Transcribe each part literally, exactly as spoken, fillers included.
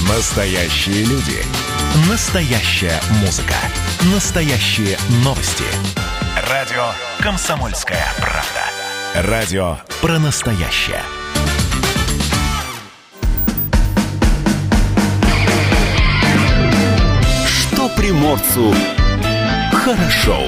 Настоящие люди. Настоящая музыка. Настоящие новости. Радио «Комсомольская правда». Радио про настоящее. Что приморцу хорошо.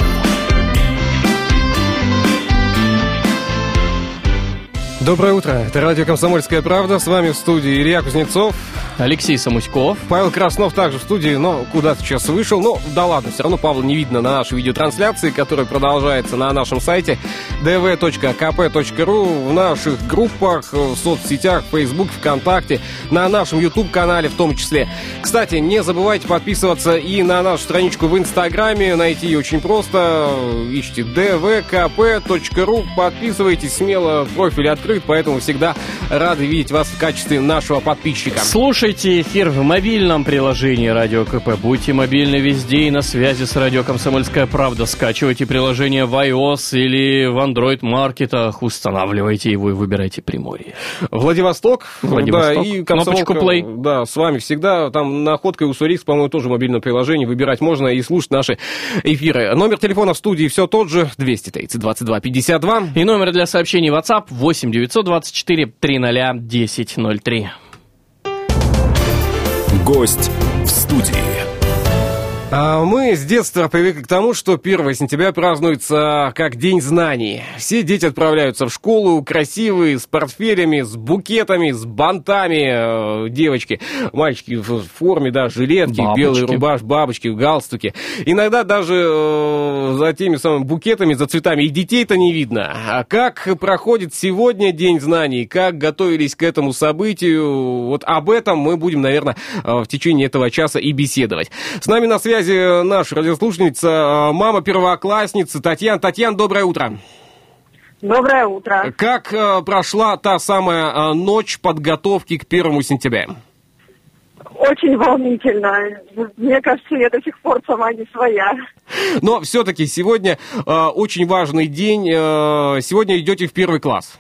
Доброе утро. Это радио «Комсомольская правда». С вами в студии Илья Кузнецов, Алексей Самуськов. Павел Краснов также в студии, но куда-то сейчас вышел. Ну, да ладно, все равно Павла не видно на нашей видеотрансляции, которая продолжается на нашем сайте ди ви точка ка пэ точка ру, в наших группах, в соцсетях, Facebook, ВКонтакте, на нашем YouTube-канале в том числе. Кстати, не забывайте подписываться и на нашу страничку в Инстаграме. Найти ее очень просто. Ищите ди ви ка пэ точка ру, подписывайтесь смело, профиль открыт, поэтому всегда рады видеть вас в качестве нашего подписчика. Слушайте эфир в мобильном приложении Радио КП. Будьте мобильны везде и на связи с радио «Комсомольская правда». Скачивайте приложение в iOS или в Android-маркетах, устанавливайте его и выбирайте Приморье. Владивосток, Владивосток. Да, и Комсомолка, кнопочку play. Да, с вами всегда. Там находка и Уссурийск, по-моему, тоже мобильное приложение. Выбирать можно и слушать наши эфиры. Номер телефона в студии все тот же: двести тридцать двадцать два пятьдесят два. И номер для сообщений WhatsApp восемь девятьсот двадцать четыре триста десять ноль три. Гость в студии. А мы с детства привыкли к тому, что первое сентября празднуется как День знаний. Все дети отправляются в школу красивые, с портфелями, с букетами, с бантами. Э, девочки, мальчики в форме, да, жилетки, бабочки. Белые рубашки, бабочки, галстуки. Иногда даже э, за теми самыми букетами, за цветами и детей-то не видно. А как проходит сегодня День знаний, как готовились к этому событию, вот об этом мы будем, наверное, в течение этого часа и беседовать. С нами на связи наша радиослушательница, мама первоклассницы Татьяна. Татьяна, доброе утро. Доброе утро. Как э, прошла та самая э, ночь подготовки к первому сентября? Очень волнительно. Мне кажется, я до сих пор сама не своя. Но все-таки сегодня э, очень важный день. Э, сегодня идете в первый класс.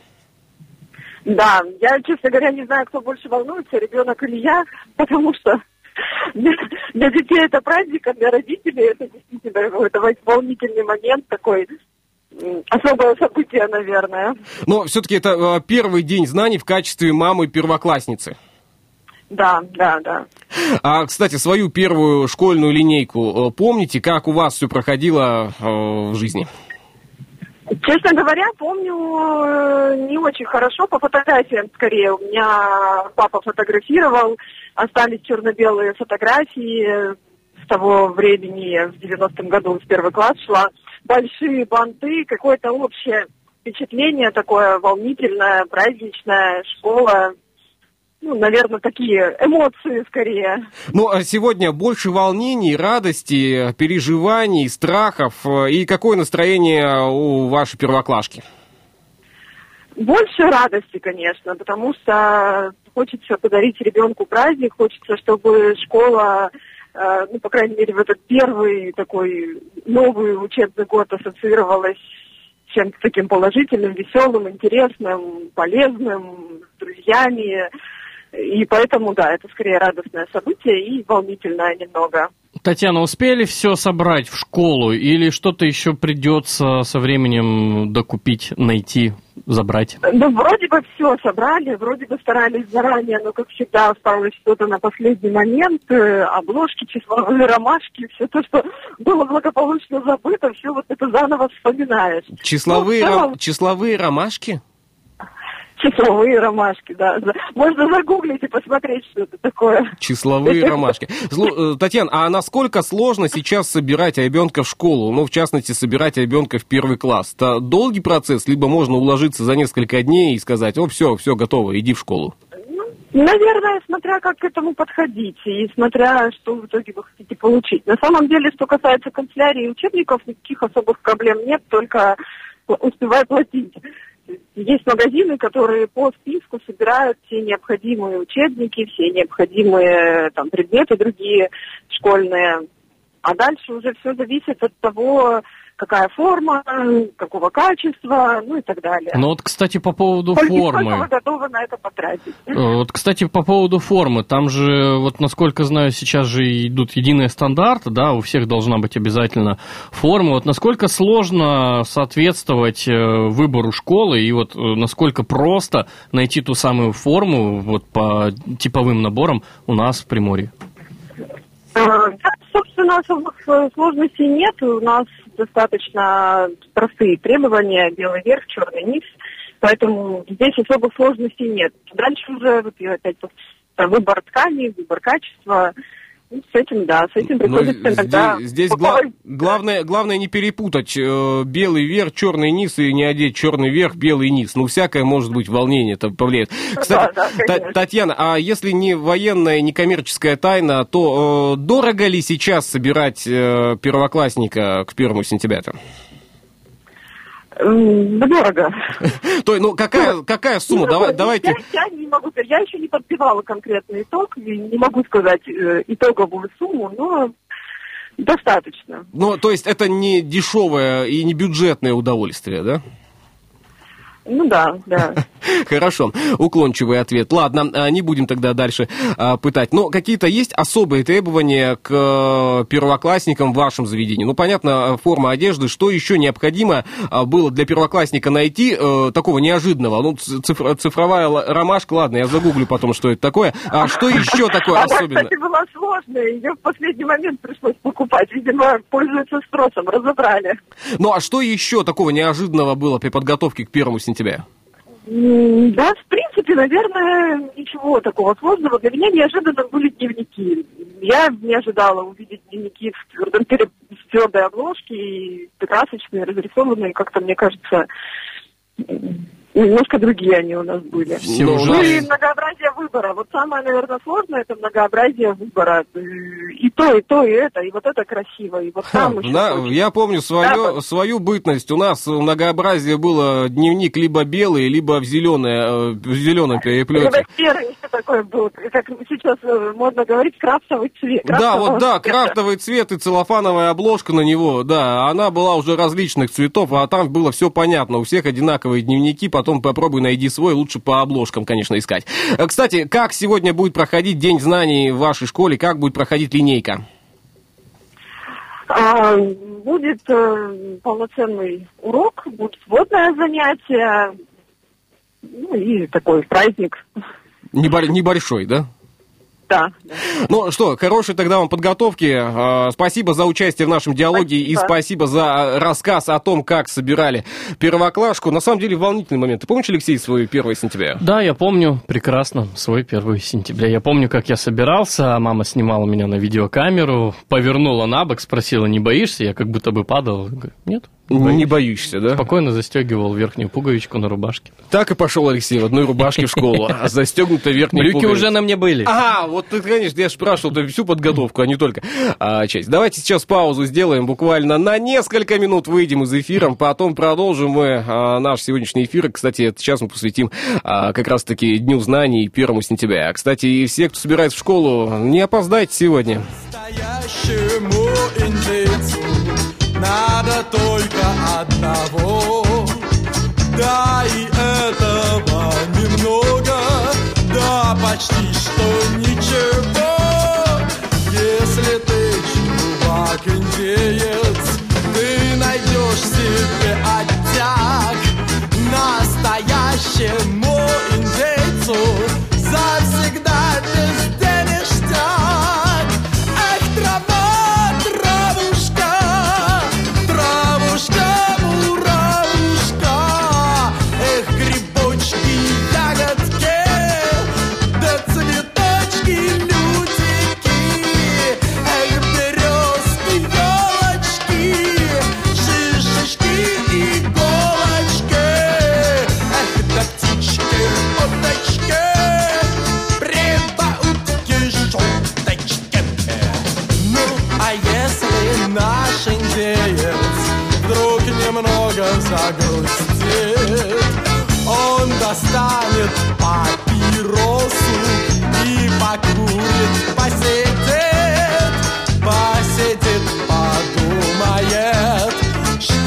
Да, я, честно говоря, не знаю, кто больше волнуется, ребенок или я, потому что Для, для детей это праздник, а для родителей это действительно какой-то волнительный момент такой, особое событие, наверное. Но все-таки это э, первый день знаний в качестве мамы первоклассницы. Да, да, да. А, кстати, свою первую школьную линейку э, помните, как у вас все проходило э, в жизни? Честно говоря, помню э, не очень хорошо, по фотографиям скорее. У меня папа фотографировал, остались черно-белые фотографии с того времени, я в девяностом году в первый класс шла. Большие банты, какое-то общее впечатление такое волнительное, праздничная школа. Ну, наверное, такие эмоции скорее. Ну, а сегодня больше волнений, радости, переживаний, страхов. И какое настроение у вашей первоклашки? Больше радости, конечно, потому что хочется подарить ребенку праздник, хочется, чтобы школа, э, ну, по крайней мере, в этот первый такой новый учебный год ассоциировалась с чем-то таким положительным, веселым, интересным, полезным, с друзьями. И поэтому, да, это скорее радостное событие и волнительное немного. Татьяна, успели все собрать в школу или что-то еще придется со временем докупить, найти, забрать? Ну, вроде бы все собрали, вроде бы старались заранее, но, как всегда, осталось что-то на последний момент. Обложки, числовые ромашки, все то, что было благополучно забыто, все вот это заново вспоминаешь. Числовые, ну, ром... Числовые ромашки? Числовые ромашки, да. Можно загуглить и посмотреть, что это такое. Числовые ромашки. Татьяна, а насколько сложно сейчас собирать ребенка в школу? Ну, в частности, собирать ребенка в первый класс? Это долгий процесс, либо можно уложиться за несколько дней и сказать: о, все, все, готово, иди в школу? Наверное, смотря как к этому подходить и смотря, что в итоге вы хотите получить. На самом деле, что касается канцелярии и учебников, никаких особых проблем нет, только успевай платить. Есть магазины, которые по списку собирают все необходимые учебники, все необходимые там предметы другие школьные. А дальше уже все зависит от того, какая форма, какого качества, ну и так далее. Ну вот, кстати, по поводу сколько, формы. Сколько вы готовы на это потратить? Вот, кстати, по поводу формы. Там же, вот насколько знаю, сейчас же идут единые стандарты, да, у всех должна быть обязательно форма. Вот насколько сложно соответствовать выбору школы и вот насколько просто найти ту самую форму вот по типовым наборам у нас в Приморье? Да, собственно, особых сложностей нет. У нас достаточно простые требования: белый верх, черный низ. Поэтому здесь особых сложностей нет. Дальше уже вот, опять выбор ткани, выбор качества. С этим, да, с этим приходится Но иногда... Здесь, здесь гла- главное, главное не перепутать э, белый верх, черный низ и не одеть черный верх, белый низ. Ну, всякое может быть, волнение это повлияет. Кстати, да, да, Т- Татьяна, а если не военная, не коммерческая тайна, то э, дорого ли сейчас собирать э, первоклассника к первому сентября-то? Да дорого. То, ну, какая, какая сумма? Ну, Давай, я, давайте... я не могу сказать, я еще не подбивала конкретный итог, не могу сказать э, итоговую сумму, но достаточно. Ну, то есть это не дешевое и не бюджетное удовольствие, да? Ну да, да. Хорошо, уклончивый ответ. Ладно, не будем тогда дальше а, пытать. Но какие-то есть особые требования к а, первоклассникам в вашем заведении? Ну, понятно, форма одежды. Что еще необходимо а, было для первоклассника найти а, такого неожиданного? Ну, цифр, цифровая ромашка, ладно, я загуглю потом, что это такое. А что еще такое особенное? Она, кстати, была сложная, ее в последний момент пришлось покупать. Видимо, пользуется спросом, разобрали. Ну, а что еще такого неожиданного было при подготовке к первому сентября? Да, в принципе, наверное, ничего такого сложного. Для меня неожиданно были дневники. Я не ожидала увидеть дневники в, твердом, в твердой обложке, и красочные, разрисованные, как-то, мне кажется, немножко другие они у нас были. Все ну ужасно. и многообразие выбора. Вот самое, наверное, сложное — это многообразие выбора. И то, и то, и это, и вот это красиво, и вот там Ха, еще да, очень... я помню свое, да, свою бытность. У нас многообразие было: дневник либо белый, либо в, зеленое, в зеленом переплете. Либо серый еще такой был, как сейчас модно говорить, крафтовый цвет. Да, вот да, цвета. крафтовый цвет и целлофановая обложка на него, да, она была уже различных цветов, а там было все понятно, у всех одинаковые дневники, потом попробуй найди свой, лучше по обложкам, конечно, искать. Кстати, как сегодня будет проходить День знаний в вашей школе, как будет проходить линейка? А, будет э, полноценный урок, будет вводное занятие, ну и такой праздник. Небо- небольшой, да? Да. Ну что, хорошей тогда вам подготовки. Спасибо за участие в нашем диалоге. Спасибо. И спасибо за рассказ о том, как собирали первоклашку. На самом деле волнительный момент. Ты помнишь, Алексей, свой первое сентября? Да, я помню прекрасно свой первое сентября. Я помню, как я собирался, мама снимала меня на видеокамеру, повернула на бок, спросила: не боишься? Я как будто бы падал. Говорю: нет. Не, не боишься, да? Спокойно застегивал верхнюю пуговичку на рубашке. Так и пошел Алексей в одной рубашке в школу, а застегнута верхняя Брюки пуговица. уже на мне были. Ага, вот ты, конечно, я спрашивал ты всю подготовку, а не только а, часть. Давайте сейчас паузу сделаем, буквально на несколько минут выйдем из эфира, потом продолжим мы а, наш сегодняшний эфир. Кстати, сейчас мы посвятим а, как раз-таки Дню знаний первому сентября. Кстати, и все, кто собирается в школу, не опоздайте сегодня. Надо только одного, да и этого немного, да почти что ничего. Если ты чувак-индеец, ты найдешь себе оттяг. Настоящему индейцу завсегда везде ништяк. Эх, трава, травушка, травушка, муравушка, эх, грибочки, ягодки, да цветочки, лютики, эх, березки, елочки, шишечки, иголочки, эх, да птички, уточки, прибаутки, шуточки. Ну, а если наш индеец вдруг немного загрустит, он достанет папиросу и покурит, посидит, посидит, подумает, что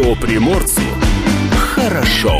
Что приморцу хорошо.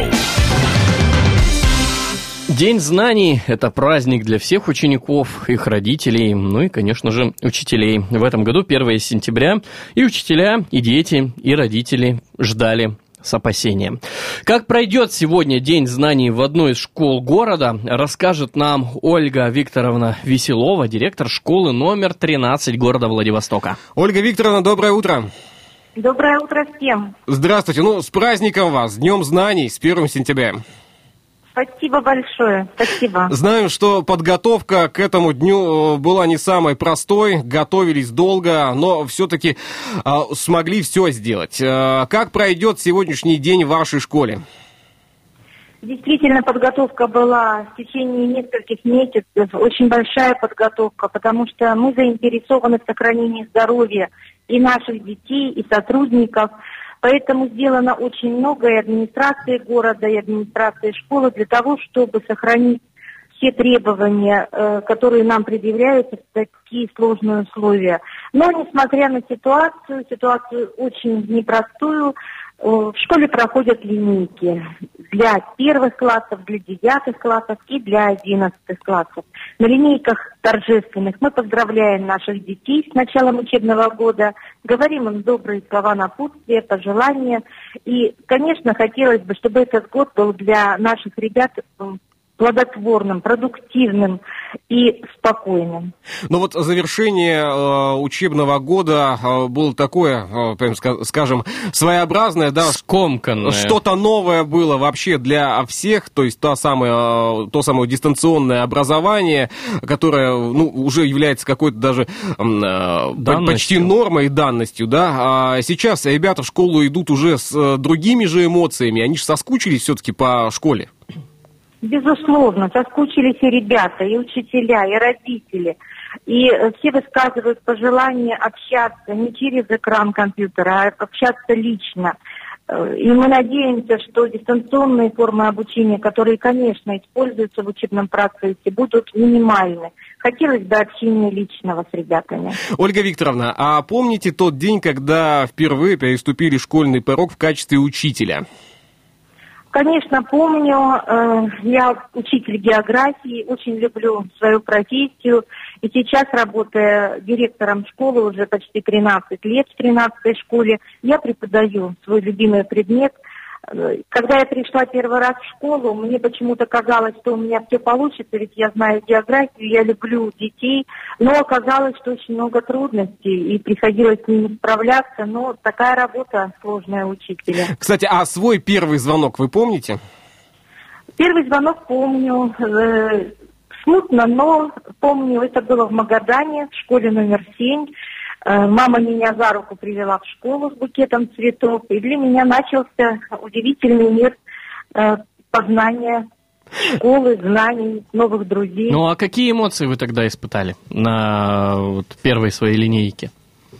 День знаний – это праздник для всех учеников, их родителей, ну и, конечно же, учителей. В этом году первое сентября и учителя, и дети, и родители ждали с опасением. Как пройдет сегодня День знаний в одной из школ города, расскажет нам Ольга Викторовна Веселова, директор школы номер тринадцать города Владивостока. Ольга Викторовна, доброе утро. Доброе утро всем. Здравствуйте. Ну, с праздником вас, с Днем знаний, с первым сентября. Спасибо большое, спасибо. Знаю, что подготовка к этому дню была не самой простой, готовились долго, но все-таки э, смогли все сделать. Э, как пройдет сегодняшний день в вашей школе? Действительно, подготовка была в течение нескольких месяцев, очень большая подготовка, потому что мы заинтересованы в сохранении здоровья и наших детей, и сотрудников. Поэтому сделано очень много и администрации города, и администрации школы для того, чтобы сохранить все требования, э, которые нам предъявляются в такие сложные условия. Но, несмотря на ситуацию, ситуацию очень непростую, э, в школе проходят линейки для первых классов, для девятых классов и для одиннадцатых классов. На линейках торжественных мы поздравляем наших детей с началом учебного года, говорим им добрые слова напутствия, пожелания. И, конечно, хотелось бы, чтобы этот год был для наших ребят плодотворным, продуктивным и спокойным. Ну вот завершение э, учебного года э, было такое, э, прям скажем, своеобразное, да, скомканное. Что-то новое было вообще для всех, то есть то самое, то самое дистанционное образование, которое, ну, уже является какой-то даже э, почти нормой и данностью, да. А сейчас ребята в школу идут уже с другими же эмоциями, они же соскучились все-таки по школе. Безусловно, соскучились и ребята, и учителя, и родители. И все высказывают пожелание общаться не через экран компьютера, а общаться лично. И мы надеемся, что дистанционные формы обучения, которые, конечно, используются в учебном процессе, будут минимальны. Хотелось бы общения личного с ребятами. Ольга Викторовна, а помните тот день, когда впервые переступили школьный порог в качестве учителя? Конечно, помню. Я учитель географии, очень люблю свою профессию. И сейчас, работая директором школы уже почти тринадцать лет в тринадцатой школе, я преподаю свой любимый предмет. Когда я пришла первый раз в школу, мне почему-то казалось, что у меня все получится, ведь я знаю географию, я люблю детей, но оказалось, что очень много трудностей, и приходилось с ними справляться, но такая работа сложная учителя. Кстати, а свой первый звонок вы помните? Первый звонок помню, э, смутно, но помню, это было в Магадане, в школе номер семь. Мама меня за руку привела в школу с букетом цветов, и для меня начался удивительный мир э, познания школы, знаний, новых друзей. Ну а какие эмоции вы тогда испытали на вот, первой своей линейке?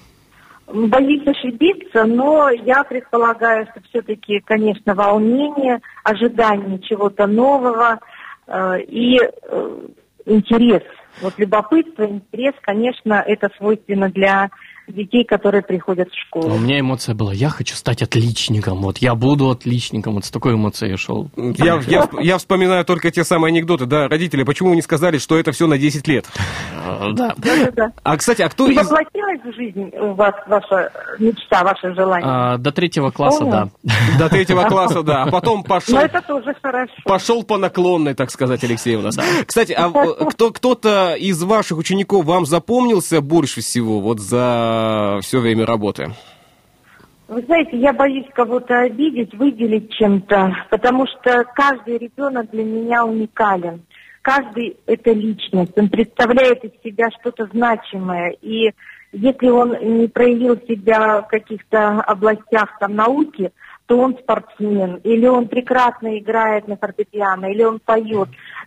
Боюсь ошибиться, но я предполагаю, что все-таки, конечно, волнение, ожидание чего-то нового э, и э, интерес. Вот любопытство, интерес, конечно, это свойственно для детей, которые приходят в школу. У меня эмоция была, я хочу стать отличником, вот я буду отличником, вот с такой эмоцией я шел. Я, я, я вспоминаю только те самые анекдоты, да, родители, почему вы не сказали, что это все на десять лет? Да. А, кстати, а кто из... из... воплотилась в жизнь у вас ваша мечта, ваше желание? До третьего класса, да. До третьего класса, да, а потом пошел... Но это тоже хорошо. Пошел по наклонной, так сказать, Алексеевна. Кстати, а кто, кто-то из ваших учеников вам запомнился больше всего вот за все время работы? Вы знаете, я боюсь кого-то обидеть, выделить чем-то, потому что каждый ребенок для меня уникален. Каждый – это личность, он представляет из себя что-то значимое. И если он не проявил себя в каких-то областях там, науки, то он спортсмен, или он прекрасно играет на фортепиано, или он поет.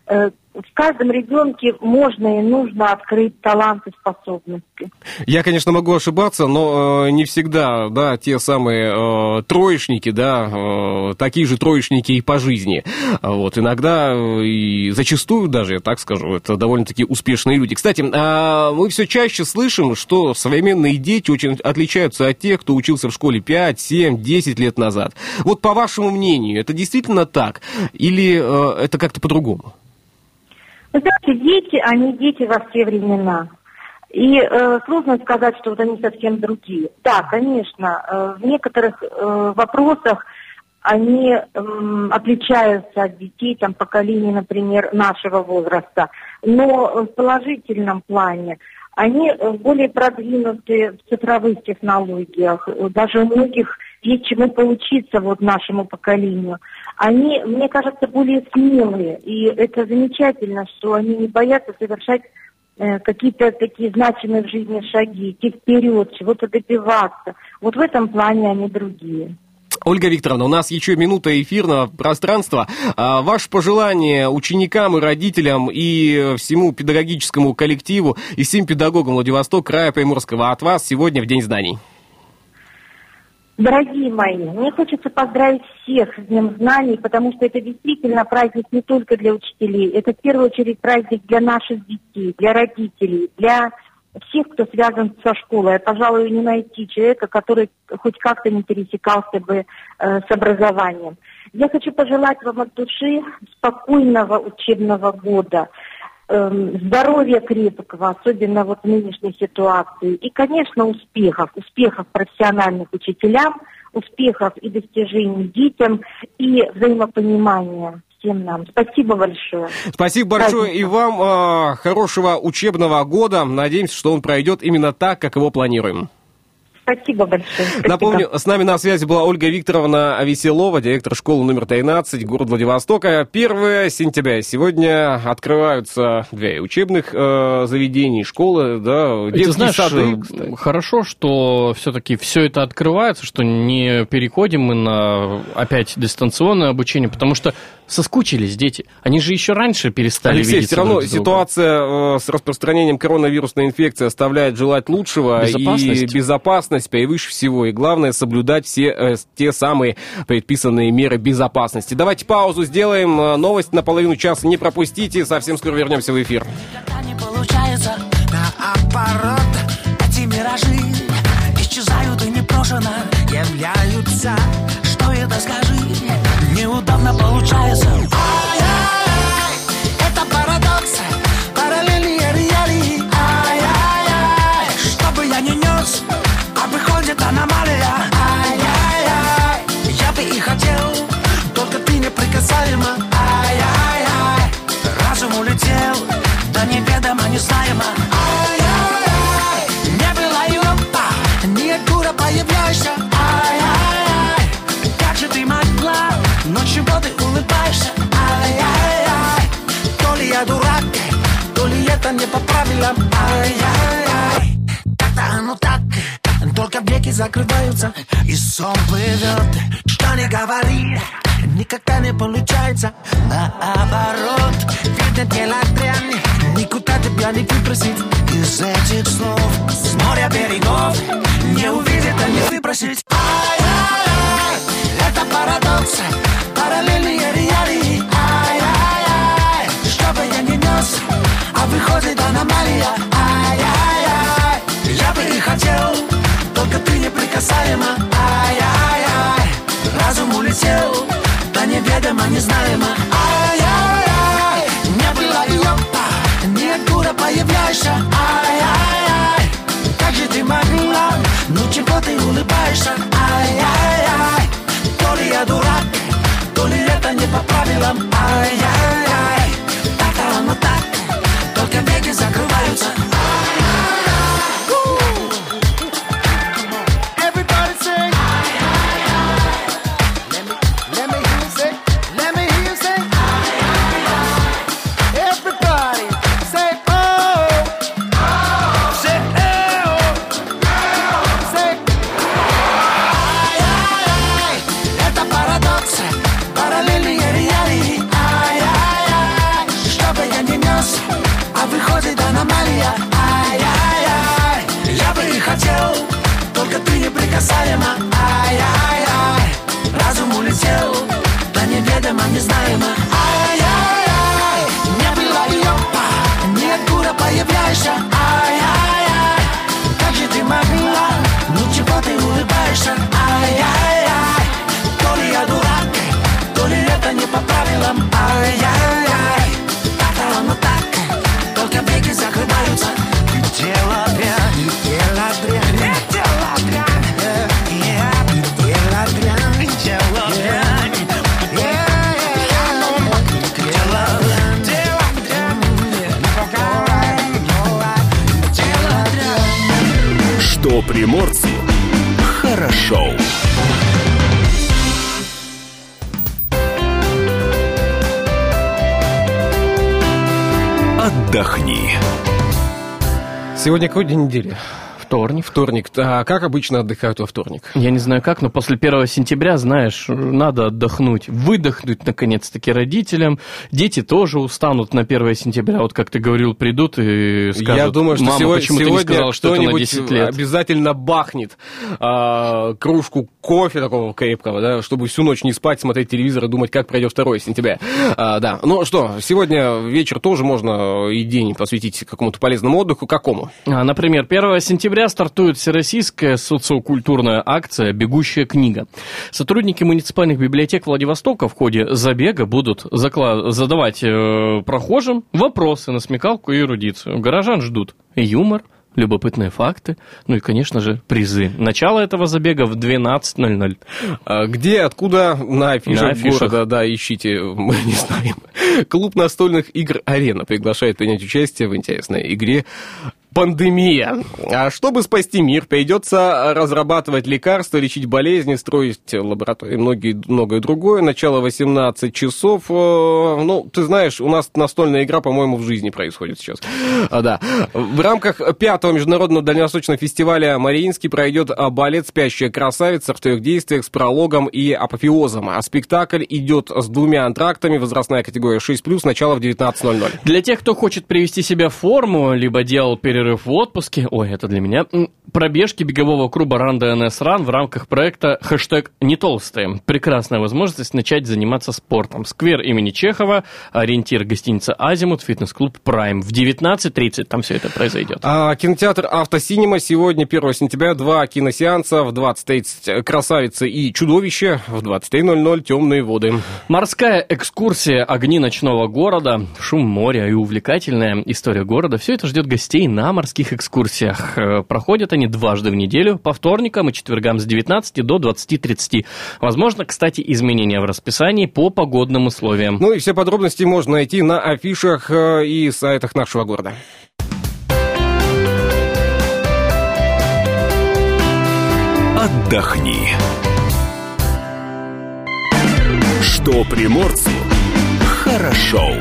в каждом ребенке можно и нужно открыть талант и способности. Я, конечно, могу ошибаться, но э, не всегда, да, те самые э, троечники, да, э, такие же троечники и по жизни. Вот, иногда э, и зачастую даже, я так скажу, это довольно-таки успешные люди. Кстати, э, мы все чаще слышим, что современные дети очень отличаются от тех, кто учился в школе пять, семь, десять лет назад. Вот по вашему мнению, это действительно так? Или э, это как-то по-другому? Вы знаете, дети, они дети во все времена. И э, сложно сказать, что вот они совсем другие. Да, конечно, э, в некоторых э, вопросах они э, отличаются от детей, там, поколений, например, нашего возраста. Но в положительном плане они более продвинуты в цифровых технологиях. Даже у многих есть чему поучиться вот нашему поколению. Они, мне кажется, более смелые. И это замечательно, что они не боятся совершать э, какие-то такие значимые в жизни шаги, идти вперед, чего-то добиваться. Вот в этом плане они другие. Ольга Викторовна, у нас еще минута эфирного пространства. А, ваше пожелание ученикам и родителям и всему педагогическому коллективу и всем педагогам Владивостока, края Приморского от вас сегодня в День знаний. Дорогие мои, мне хочется поздравить всех с Днем знаний, потому что это действительно праздник не только для учителей, это в первую очередь праздник для наших детей, для родителей, для всех, кто связан со школой. Пожалуй, не найти человека, который хоть как-то не пересекался бы э, с образованием. Я хочу пожелать вам от души спокойного учебного года, здоровья крепкого, особенно вот в нынешней ситуации. И, конечно, успехов. Успехов профессиональных учителям, успехов и достижений детям, и взаимопонимания всем нам. Спасибо большое. Спасибо большое Праздника. И вам. Э, хорошего учебного года. Надеемся, что он пройдет именно так, как его планируем. Спасибо большое. Спасибо. Напомню, с нами на связи была Ольга Викторовна Веселова, директор школы номер тринадцать, город Владивостока. первое сентября. Сегодня открываются две учебных э, заведений, школы, да, детские Ты знаешь, сады, кстати. Хорошо, что все-таки все это открывается, что не переходим мы на опять дистанционное обучение, потому что соскучились дети. Они же еще раньше перестали Алексей, видеться все равно друг с другом. ситуация э, с распространением коронавирусной инфекции оставляет желать лучшего. Безопасность. И безопасность превыше всего. И главное, соблюдать все э, те самые предписанные меры безопасности. Давайте паузу сделаем. Новость на половину часа не пропустите. Совсем скоро вернемся в эфир. Никогда не получается, наоборот, эти миражи исчезают и непрошено являются. Что это, скажи, неудобно получается. Ай-яй-яй, это парадокс, параллельные реалии. Ай-яй-яй, что бы я ни нес, а выходит аномалия. Ай-яй-яй, я бы и хотел, только ты неприкасаема. Ай-яй-яй, разум улетел, да неведомо, незнаемо. Ай-яй-яй, не было юнопа, ниоткуда появляешься. Ай-яй-яй, как же ты могла, но чего ты улыбаешься? Ай-яй-яй, то ли я дурак, то ли это не по правилам. Ай-яй-яй, как-то оно так, только веки закрываются и сон плывет. Что ни говори, никогда не получается. Наоборот, видно дело дрянь, никуда тебя не выбросить из этих слов. С моря берегов не увидеть, а не выбросить. Ай-яй-яй, это парадокс, параллельные реалии. Ай-яй-яй, что бы я ни нес, а выходит аномалия. Ай-яй-яй, я бы и хотел, только ты неприкасаема. Ай-яй-яй, разум улетел, да неведомо, незнаемо. Ай-яй-яй, не было и опа, ниоткуда появляешься. Ай-яй-яй, как же ты могла, ну чего ты улыбаешься? Ай-яй-яй, то ли я дурак, то ли это не по правилам. Ай-яй-яй, так-то оно так, только веки закрываются. Параллельные реалии. Ай-яй-яй, приморцу хорошо. Отдохни. Сегодня какой день недели? Вторник. Вторник. А как обычно отдыхают во вторник? Я не знаю как, но после первого сентября, знаешь, надо отдохнуть, выдохнуть наконец-таки родителям. Дети тоже устанут на первое сентября. Вот как ты говорил, придут и скажут: я думаю, что мама, сегодня, почему сегодня ты не сказал, что это на десять лет? Обязательно бахнет а, кружку кофе такого крепкого, да, чтобы всю ночь не спать, смотреть телевизор и думать, как пройдет второе сентября. А, да. Ну что, сегодня вечер тоже можно и день посвятить какому-то полезному отдыху. Какому? А, например, первого сентября стартует всероссийская социокультурная акция «Бегущая книга». Сотрудники муниципальных библиотек Владивостока в ходе забега будут заклад... задавать э, прохожим вопросы на смекалку и эрудицию. Горожан ждут юмор, любопытные факты, ну и, конечно же, призы. Начало этого забега в двенадцать ноль ноль. А где, откуда? На афишах, на афишах города, да, ищите, мы не знаем. Клуб настольных игр «Арена» приглашает принять участие в интересной игре «Пандемия». А чтобы спасти мир, придется разрабатывать лекарства, лечить болезни, строить лаборатории, многие, многое другое. Начало восемнадцать часов. Ну, ты знаешь, у нас настольная игра, по-моему, в жизни происходит сейчас. А, да. В рамках пятого международного дальневосточного фестиваля «Мариинский» пройдет балет «Спящая красавица» в трех действиях с прологом и апофеозом. А спектакль идет с двумя антрактами, возрастная категория шесть плюс, начало в девятнадцать ноль ноль. Для тех, кто хочет привести себя в форму, либо делал перерыв в отпуске, ой, это для меня, пробежки бегового клуба Run ди эн эс Run в рамках проекта хэштег «Не толстые». Прекрасная возможность начать заниматься спортом. Сквер имени Чехова, ориентир гостиница «Азимут», фитнес-клуб «Прайм». В девятнадцать тридцать там все это произойдет. А, кинотеатр «Автосинема» сегодня, первого сентября, два киносеанса. В двадцать тридцать «Красавица и чудовище», в двадцать три ноль ноль «Темные воды». Морская экскурсия «Огни ночного города», шум моря и увлекательная история города. Все это ждет гостей на морских экскурсиях. Проходят они дважды в неделю, по вторникам и четвергам с девятнадцати до двадцати тридцати. Возможно, кстати, изменения в расписании по погодным условиям. Ну и все подробности можно найти на афишах и сайтах нашего города. Отдохни. Что приморцу хорошо.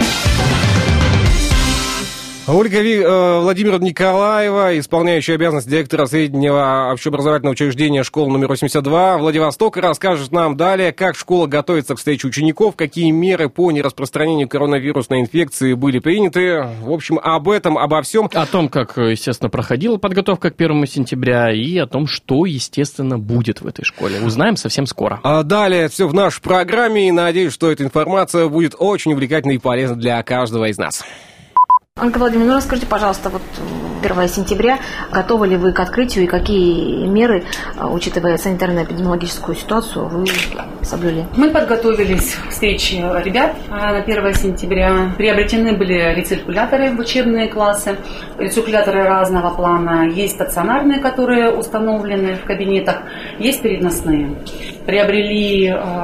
Ольга Ви... Владимировна Николаева, исполняющая обязанности директора среднего общеобразовательного учреждения школы номер восемьдесят два Владивостока, расскажет нам далее, как школа готовится к встрече учеников, какие меры по нераспространению коронавирусной инфекции были приняты. В общем, об этом, обо всем. О том, как, естественно, проходила подготовка к первому сентября и о том, что, естественно, будет в этой школе. Узнаем совсем скоро. А далее все в нашей программе, и надеюсь, что эта информация будет очень увлекательной и полезной для каждого из нас. Ольга Владимировна, ну расскажите, пожалуйста, вот первого сентября, готовы ли вы к открытию и какие меры, учитывая санитарно-эпидемиологическую ситуацию, вы соблюли? Мы подготовились к встрече ребят на первого сентября. Приобретены были рециркуляторы в учебные классы. Рециркуляторы разного плана. Есть стационарные, которые установлены в кабинетах, есть переносные. Приобрели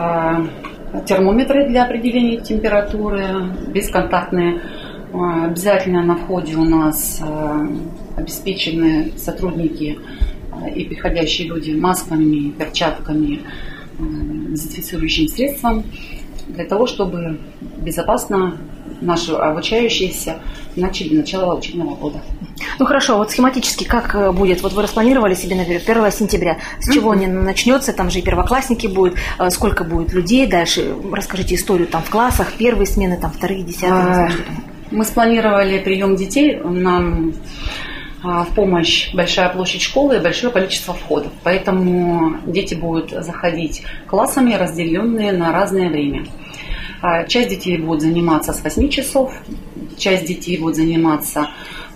э, термометры для определения температуры, бесконтактные. Обязательно на входе у нас обеспечены сотрудники и приходящие люди масками, перчатками, дезинфицирующим средством, для того, чтобы безопасно наши обучающиеся начали начало учебного года. Ну хорошо, вот схематически как будет? Вот вы распланировали себе, например, первого сентября. С чего mm-hmm. он начнется? Там же и первоклассники будут. Сколько будет людей? Дальше расскажите историю там в классах, первые смены, там вторые, десятые. Мы спланировали прием детей. Нам в помощь большая площадь школы и большое количество входов. Поэтому дети будут заходить классами, разделенные на разное время. Часть детей будет заниматься с восьми часов, часть детей будет заниматься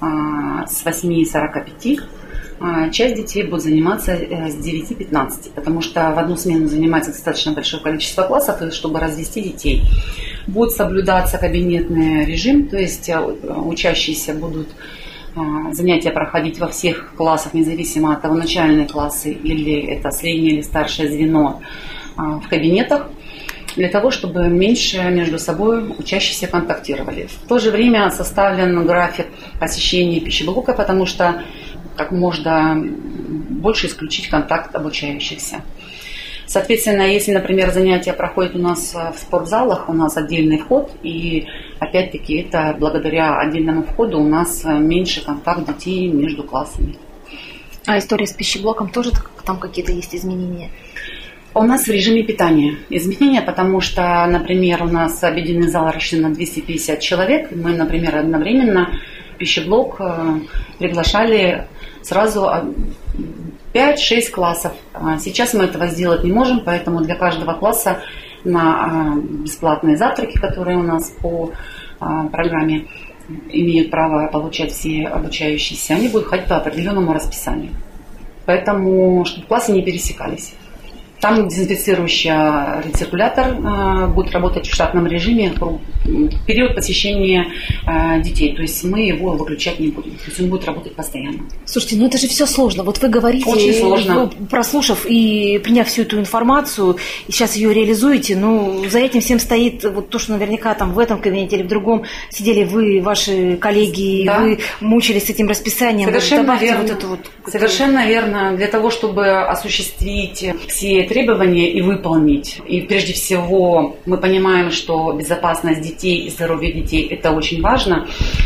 с восьми сорока пяти, часть детей будет заниматься с девяти пятнадцати, потому что в одну смену занимается достаточно большое количество классов, и чтобы развести детей. Будет соблюдаться кабинетный режим, то есть учащиеся будут занятия проходить во всех классах, независимо от того, начальные классы или это среднее или старшее звено, в кабинетах, для того, чтобы меньше между собой учащиеся контактировали. В то же время составлен график посещения пищеблока, потому что как можно больше исключить контакт обучающихся. Соответственно, если, например, занятия проходят у нас в спортзалах, у нас отдельный вход, и опять-таки это благодаря отдельному входу у нас меньше контакт детей между классами. А история с пищеблоком тоже там какие-то есть изменения? У нас в режиме питания изменения, потому что, например, у нас обеденный зал рассчитан на двести пятьдесят человек. Мы, например, одновременно в пищеблок приглашали сразу пять-шесть классов. Сейчас мы этого сделать не можем, поэтому для каждого класса на бесплатные завтраки, которые у нас по программе имеют право получать все обучающиеся, они будут ходить по определенному расписанию. Поэтому, чтобы классы не пересекались. Там дезинфицирующий рециркулятор э, будет работать в штатном режиме в период посещения э, детей. То есть мы его выключать не будем. То есть он будет работать постоянно. Слушайте, ну это же все сложно. Вот вы говорите, очень сложно. Прослушав и приняв всю эту информацию, и сейчас ее реализуете, ну за этим всем стоит вот то, что наверняка там в этом кабинете или в другом сидели вы, ваши коллеги, да. Вы мучились с этим расписанием. Совершенно вот, верно. Вот это вот... Совершенно верно. Для того, чтобы осуществить все требования и выполнить. И прежде всего мы понимаем, что безопасность детей и здоровье детей – это очень важно.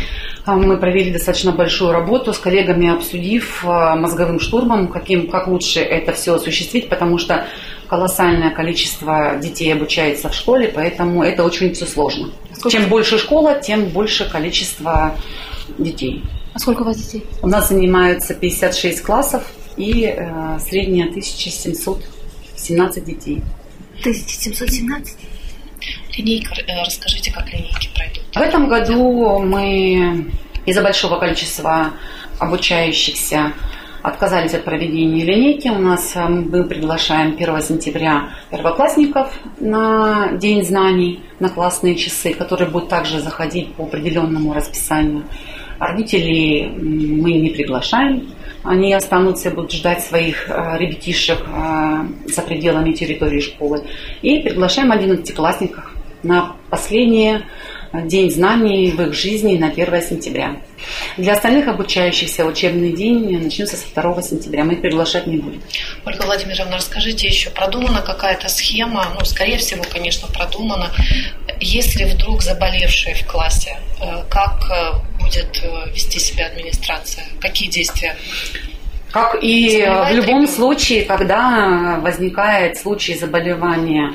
Мы провели достаточно большую работу с коллегами, обсудив мозговым штурмом, каким, как лучше это все осуществить, потому что колоссальное количество детей обучается в школе, поэтому это очень все сложно. Сколько? Чем больше школа, тем больше количество детей. А сколько у вас детей? У нас занимаются пятьдесят шесть классов и э, средняя тысяча семьсот семнадцать детей. тысяча семьсот семнадцать? Линейка, расскажите, как линейки пройдут. В этом году мы из-за большого количества обучающихся отказались от проведения линейки. У нас мы приглашаем первого сентября первоклассников на День знаний, на классные часы, которые будут также заходить по определенному расписанию. Родителей мы не приглашаем. Они останутся и будут ждать своих ребятишек за пределами территории школы. И приглашаем одиннадцатиклассников на последний день знаний в их жизни на первого сентября. Для остальных обучающихся учебный день начнется со второго сентября. Мы их приглашать не будем. Ольга Владимировна, расскажите еще, продумана какая-то схема, ну, скорее всего, конечно, продумана. Если вдруг заболевшие в классе, как будет вести себя администрация? Какие действия? Как и в любом ребенка? Случае, когда возникает случай заболевания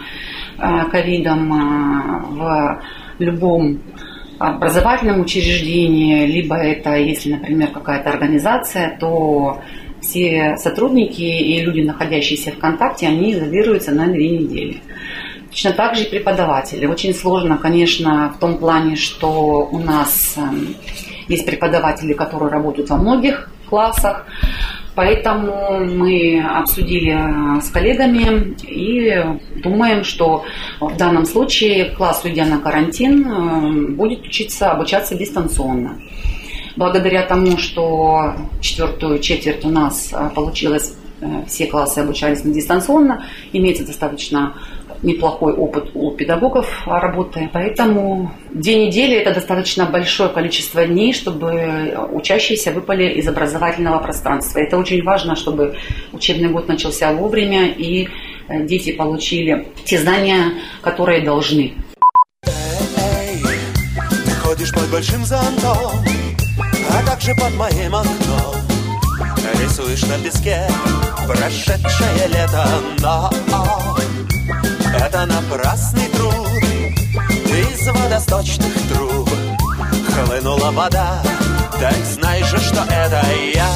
ковидом в любом образовательном учреждении, либо это, если, например, какая-то организация, то все сотрудники и люди, находящиеся в контакте, они изолируются на две недели. Точно так же и преподаватели. Очень сложно, конечно, в том плане, что у нас есть преподаватели, которые работают во многих классах, поэтому мы обсудили с коллегами и думаем, что в данном случае класс, уйдя на карантин, будет учиться, обучаться дистанционно. Благодаря тому, что четвертую четверть у нас получилось, все классы обучались дистанционно, имеется достаточно неплохой опыт у педагогов работы, поэтому две недели – это достаточно большое количество дней, чтобы учащиеся выпали из образовательного пространства. Это очень важно, чтобы учебный год начался вовремя и дети получили те знания, которые должны. Эй, ты ходишь под большим зонтом, а также под моим окном. Рисуешь на песке прошедшее лето, но это напрасный труд. Из водосточных труб хлынула вода, так знай же, что это я.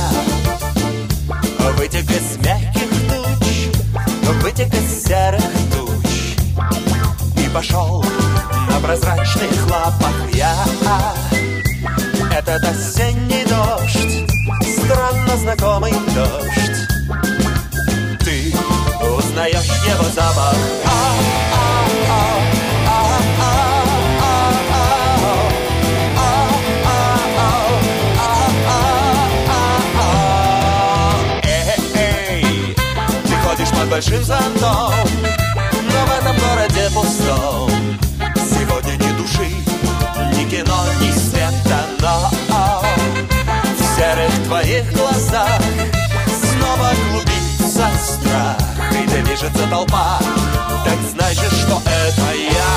Вытек из мягких туч, вытек из серых туч, и пошел на прозрачных лапах я. Этот осенний дождь, странно знакомый дождь, ты узнаешь его запах. Эй, ты ходишь под большим зонтом, но в этом городе пустом сегодня ни души, ни кино, ни света, но в серых в твоих глазах снова клубится страх, и движется толпа. Так знай же, что это я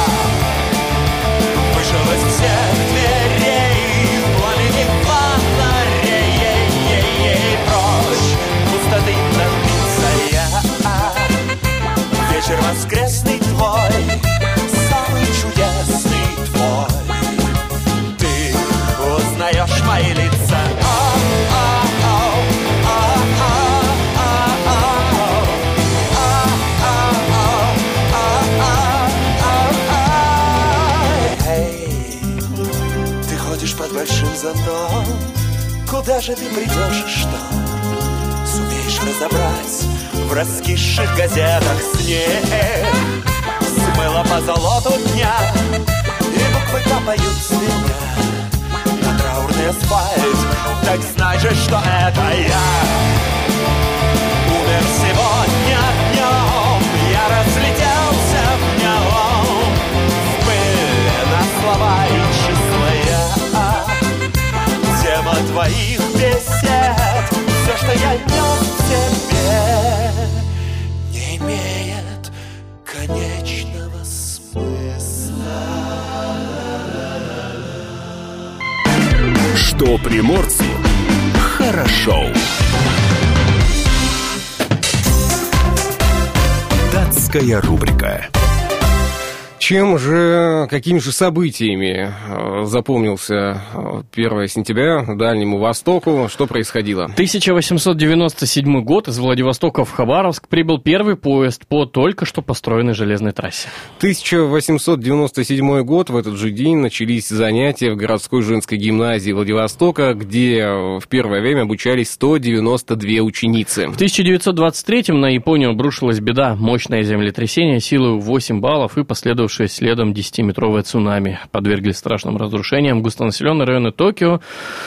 вышел из всех дверей, в пламени фонарей, ей-ей-ей, прочь пустоты напиться я. Вечер воскресный твой, самый чудесный твой, ты узнаешь мои лица. Под большим зонтом, куда же ты придешь и что сумеешь разобрать в раскисших газетах снег? Смыло по золоту дня, и буквы капают с меня на траурный асфальт. Так знай же, что это я умер сегодня днем. Я разлетелся в неон, в пыль на слова и числа я. Тема твоих бесед, все, что я нес в себе, не имеет конечного смысла. Что приморцу хорошо. Датская рубрика. Чем же, какими же событиями запомнился первое сентября Дальнему Востоку? Что происходило? тысяча восемьсот девяносто седьмой год. Из Владивостока в Хабаровск прибыл первый поезд по только что построенной железной трассе. тысяча восемьсот девяносто седьмой год. В этот же день начались занятия в городской женской гимназии Владивостока, где в первое время обучались сто девяносто две ученицы. В тысяча девятьсот двадцать третьем на Японию обрушилась беда. Мощное землетрясение силой восемь баллов и последовавшее следом десятиметровое цунами подвергли страшным разрушениям густонаселенные районы Токио.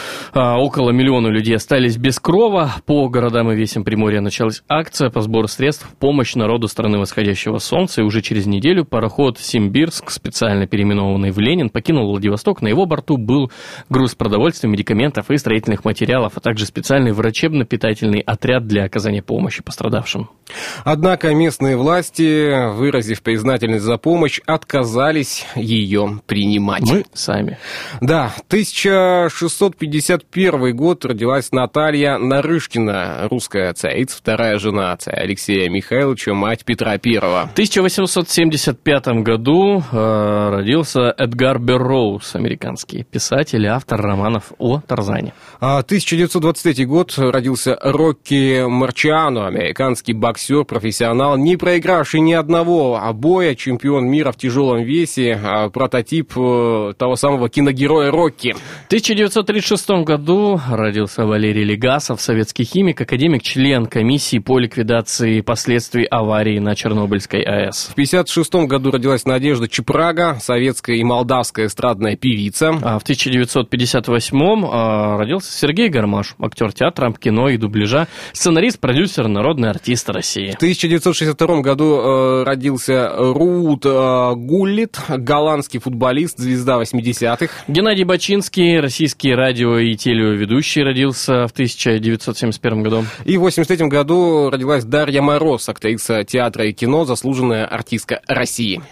А, около миллиона людей остались без крова. По городам и весям Приморья началась акция по сбору средств в помощь народу страны восходящего солнца. И уже через неделю пароход «Симбирск», специально переименованный в «Ленин», покинул Владивосток. На его борту был груз продовольствия, медикаментов и строительных материалов, а также специальный врачебно-питательный отряд для оказания помощи пострадавшим. Однако местные власти, выразив признательность за помощь, отказались ее принимать. Мы сами. Да, тысяча шестьсот пятьдесят первый год. Родилась Наталья Нарышкина, русская царица, вторая жена царя Алексея Михайловича, мать Петра Первого. В тысяча восемьсот семьдесят пятом году э, родился Эдгар Берроуз, американский писатель и автор романов о Тарзане. А тысяча девятьсот двадцать третий год. Родился Рокки Марчиано, американский боксер, профессионал, не проигравший ни одного боя, чемпион мира в тяжелом весе, прототип того самого киногероя Рокки. В тысяча девятьсот тридцать шестом году родился Валерий Легасов, советский химик, академик, член комиссии по ликвидации последствий аварии на Чернобыльской АЭС. В пятьдесят шестом году родилась Надежда Чепрага, советская и молдавская эстрадная певица. А в тысяча девятьсот пятьдесят восьмом а, родился Сергей Гармаш, актер театра, кино и дубляжа, сценарист, продюсер, народный артист России. В тысяча девятьсот шестьдесят втором году э, родился Руд э, Гуллит, голландский футболист, звезда восьмидесятых. Геннадий Бачинский, российский радио и телеведущий, родился в тысяча девятьсот семьдесят первом году. И в восемьдесят третьем году родилась Дарья Мороз, актриса театра и кино, заслуженная артистка России.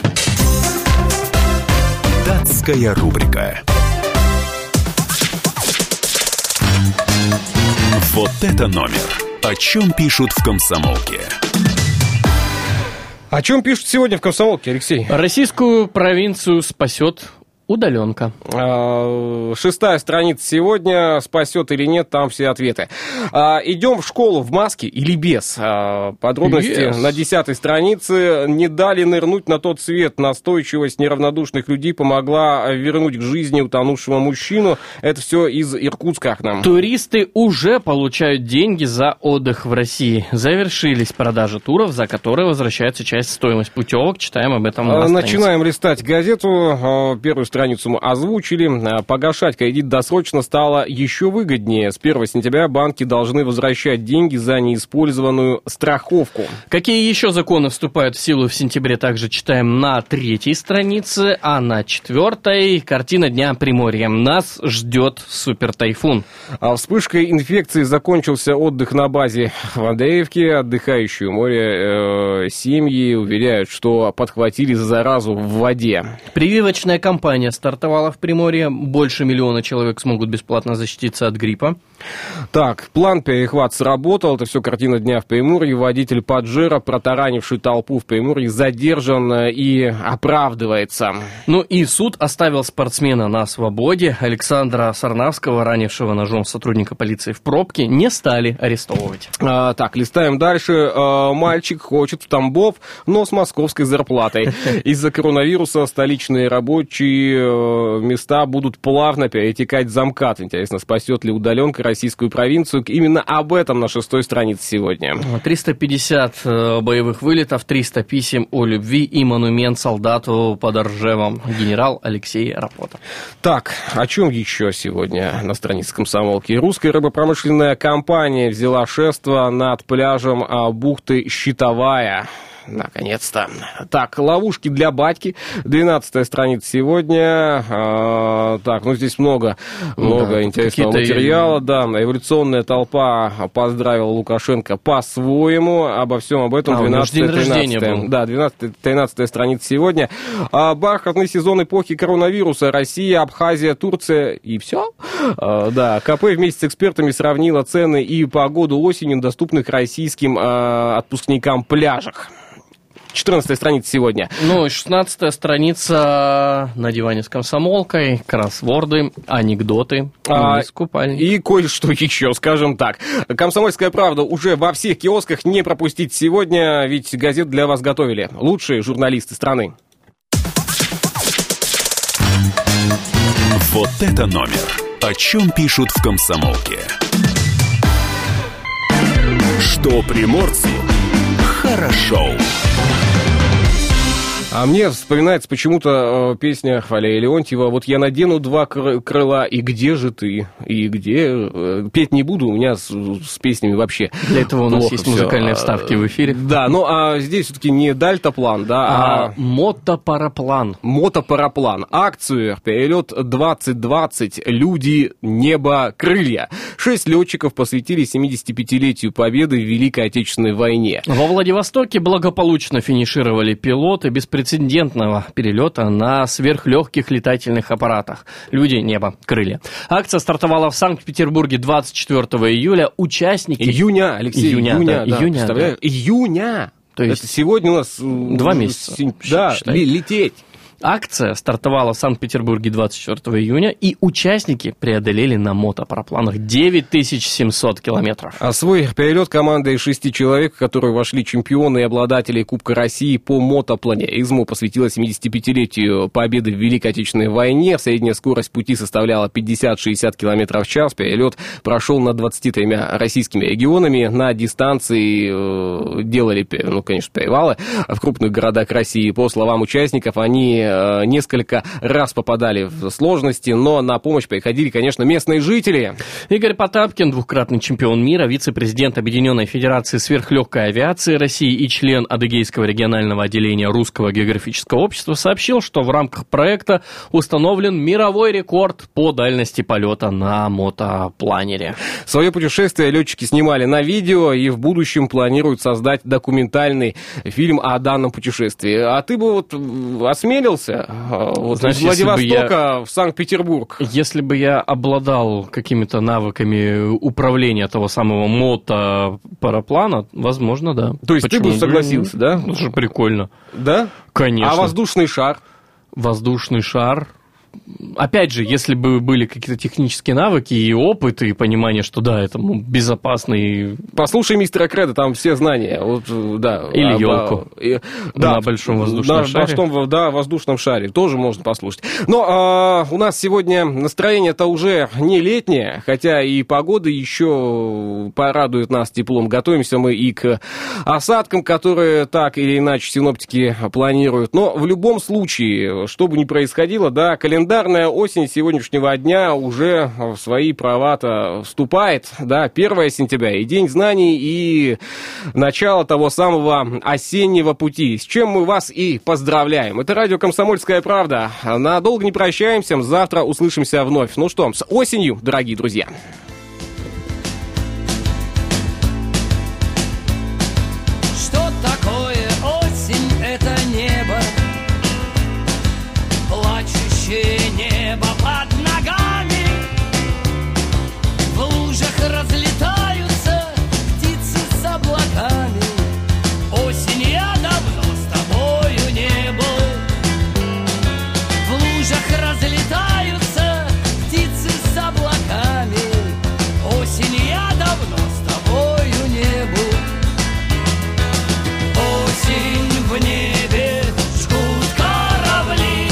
Датская рубрика. Вот это номер. О чем пишут в «Комсомолке». О чем пишут сегодня в «Комсомолке», Алексей? Российскую провинцию спасет удаленка. Шестая страница сегодня. Спасет или нет, там все ответы. Идем в школу в маске или без? Подробности yes. на десятой странице. Не дали нырнуть на тот свет. Настойчивость неравнодушных людей помогла вернуть к жизни утонувшего мужчину. Это все из Иркутска к нам. Туристы уже получают деньги за отдых в России. Завершились продажи туров, за которые возвращается часть стоимости путевок. Читаем об этом на Начинаем листать газету. Первую страницу границу мы озвучили. Погашать кредит досрочно стало еще выгоднее. С первого сентября банки должны возвращать деньги за неиспользованную страховку. Какие еще законы вступают в силу в сентябре, также читаем на третьей странице, а на четвертой картина дня Приморья. Нас ждет супертайфун. А вспышкой инфекции закончился отдых на базе в Андреевке. Отдыхающие у моря э, семьи уверяют, что подхватили заразу в воде. Прививочная кампания стартовала в Приморье. Больше миллиона человек смогут бесплатно защититься от гриппа. Так, план перехват сработал. Это все картина дня в Приморье. Водитель Паджеро, протаранивший толпу в Приморье, задержан и оправдывается. Ну и суд оставил спортсмена на свободе. Александра Сарнавского, ранившего ножом сотрудника полиции в пробке, не стали арестовывать. А, так, листаем дальше. А, мальчик хочет в Тамбов, но с московской зарплатой. Из-за коронавируса столичные рабочие места будут плавно перетекать в МКАД. Интересно, спасет ли удаленка российскую провинцию? Именно об этом на шестой странице сегодня. триста пятьдесят боевых вылетов, триста писем о любви и монумент солдату под Ржевом. Генерал Алексей Рапота. Так, о чем еще сегодня на странице «Комсомолки»? Русская рыбопромышленная компания взяла шефство над пляжем бухты Щитовая. Наконец-то. Так, ловушки для батьки. двенадцатая страница сегодня. А, так, ну здесь много, много да, интересного материала. И... Да, эволюционная толпа поздравила Лукашенко по-своему. Обо всем об этом. двенадцатая, да, двенадцатая страница сегодня. А, бархатный сезон эпохи коронавируса. Россия, Абхазия, Турция и все. А, да, КП вместе с экспертами сравнила цены и погоду осенью на доступных российским а, отпускникам пляжах. четырнадцатая страница сегодня. Ну, шестнадцатая страница на диване с комсомолкой, кроссворды, анекдоты, а, из купальни. И кое-что еще, скажем так. «Комсомольская правда» уже во всех киосках, не пропустить сегодня, ведь газет для вас готовили лучшие журналисты страны. Вот это номер. О чем пишут в «Комсомолке». Что приморцу хорошо. А мне вспоминается почему-то э, песня Валерия Леонтьева «Вот я надену два кры- крыла, и где же ты?» И где... Э, петь не буду, у меня с, с песнями вообще для этого у нас есть всё. Музыкальные вставки в эфире. Да, ну а здесь все-таки не дельтаплан, да, а... а мотопараплан. Мотопараплан. Акцию «Перелет двадцать двадцать. Люди, небо, крылья». Шесть летчиков посвятили семидесятипятилетию победы в Великой Отечественной войне. Во Владивостоке благополучно финишировали пилоты беспрецедентного перелета на сверхлегких летательных аппаратах. Люди, небо, крылья. Акция стартовала в Санкт-Петербурге двадцать четвёртого июля. Участники... Июня, Алексей, июня, июня, да, да, июня, представляешь? Да. Июня! То есть это сегодня у нас... Два месяца. Да, считай. лететь. Акция стартовала в Санкт-Петербурге двадцать четвёртого июня, и участники преодолели на мотопарапланах девять тысяч семьсот километров. А свой перелет команды из шести человек, в которую вошли чемпионы и обладатели Кубка России по мотопланеризму, посвятила семидесятипятилетию победы в Великой Отечественной войне. Средняя скорость пути составляла пятьдесят-шестьдесят километров в час. Перелет прошел над двадцатью тремя российскими регионами. На дистанции э, делали, ну, конечно, перевалы в крупных городах России. По словам участников, они несколько раз попадали в сложности, но на помощь приходили, конечно, местные жители. Игорь Потапкин, двукратный чемпион мира, вице-президент Объединенной Федерации сверхлегкой авиации России и член Адыгейского регионального отделения Русского географического общества, сообщил, что в рамках проекта установлен мировой рекорд по дальности полета на мотопланере. Свое путешествие летчики снимали на видео и в будущем планируют создать документальный фильм о данном путешествии. А ты бы вот осмелился вот, знаешь, из Владивостока я, в Санкт-Петербург? Если бы я обладал какими-то навыками управления того самого мотопараплана, возможно, да. То есть Почему? Ты бы согласился, да? Это же прикольно. Да? Конечно. А воздушный шар? Воздушный шар... Опять же, если бы были какие-то технические навыки и опыт, и понимание, что да, это безопасный... Послушай мистера Кредо, там все знания. Вот, да, Или об, елку и, на да, большом воздушном на, шаре. Большом, да, воздушном шаре. Тоже можно послушать. Но а, у нас сегодня настроение-то уже не летнее, хотя и погода еще порадует нас теплом. Готовимся мы и к осадкам, которые так или иначе синоптики планируют. Но в любом случае, что бы ни происходило, да, календарь календарная осень сегодняшнего дня уже в свои права-то вступает, да, первое сентября, и День знаний, и начало того самого осеннего пути, с чем мы вас и поздравляем. Это радио «Комсомольская правда». Надолго не прощаемся, завтра услышимся вновь. Ну что, с осенью, дорогие друзья. Небо под ногами, в лужах разлетаются птицы с облаками. Осень, я давно с тобою не был. В лужах разлетаются птицы с облаками. Осень, я давно с тобою не был. Осень в небе жгут корабли.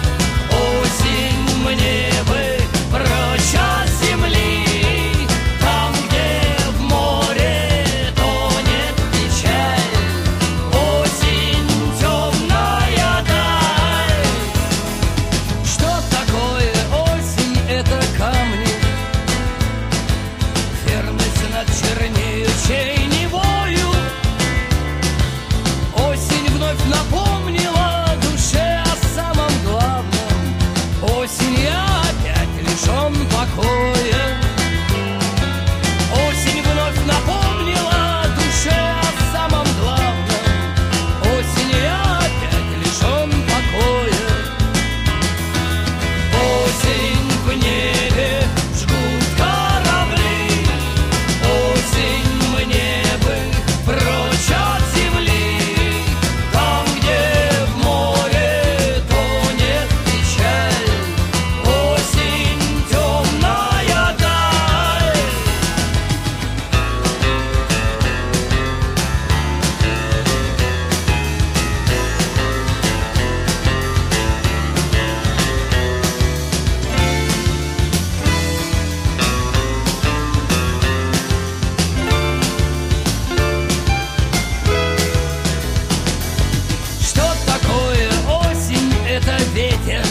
Мне бы прочь от земли, там, где в море тонет печаль. Осень темная даль. Что такое осень? Это камни, верность над чернеющей невою. Осень вновь напомнила душе о самом главном. Осень, я опять лишен покоя. Осень вновь напомнила душе о самом главном. Осень, я опять лишен покоя. Осень в небе жгут корабли. Осень мне бы прочь от земли, там, где в море тонет печаль. Осень темная даль. Что такое осень? Это ветер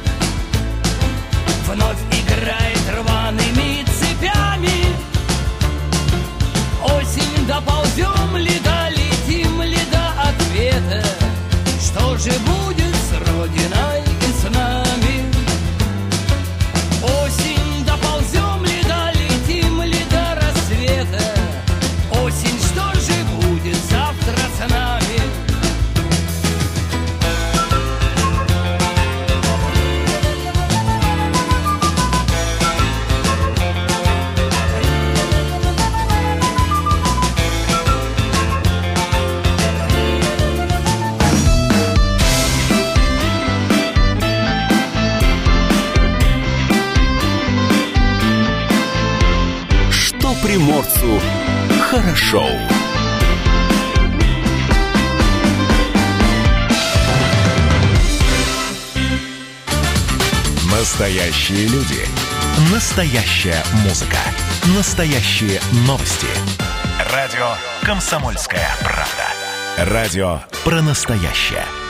вновь играет рваными цепями. Осень, доползем ли, долетим ли до ответа? Что же будет с Родиной и с нами? Осень, доползем ли, долетим ли до рассвета? Осень, что же будет завтра с нами? Что приморцу хорошо. Настоящие люди. Настоящая музыка. Настоящие новости. Радио «Комсомольская правда». Радио про настоящее.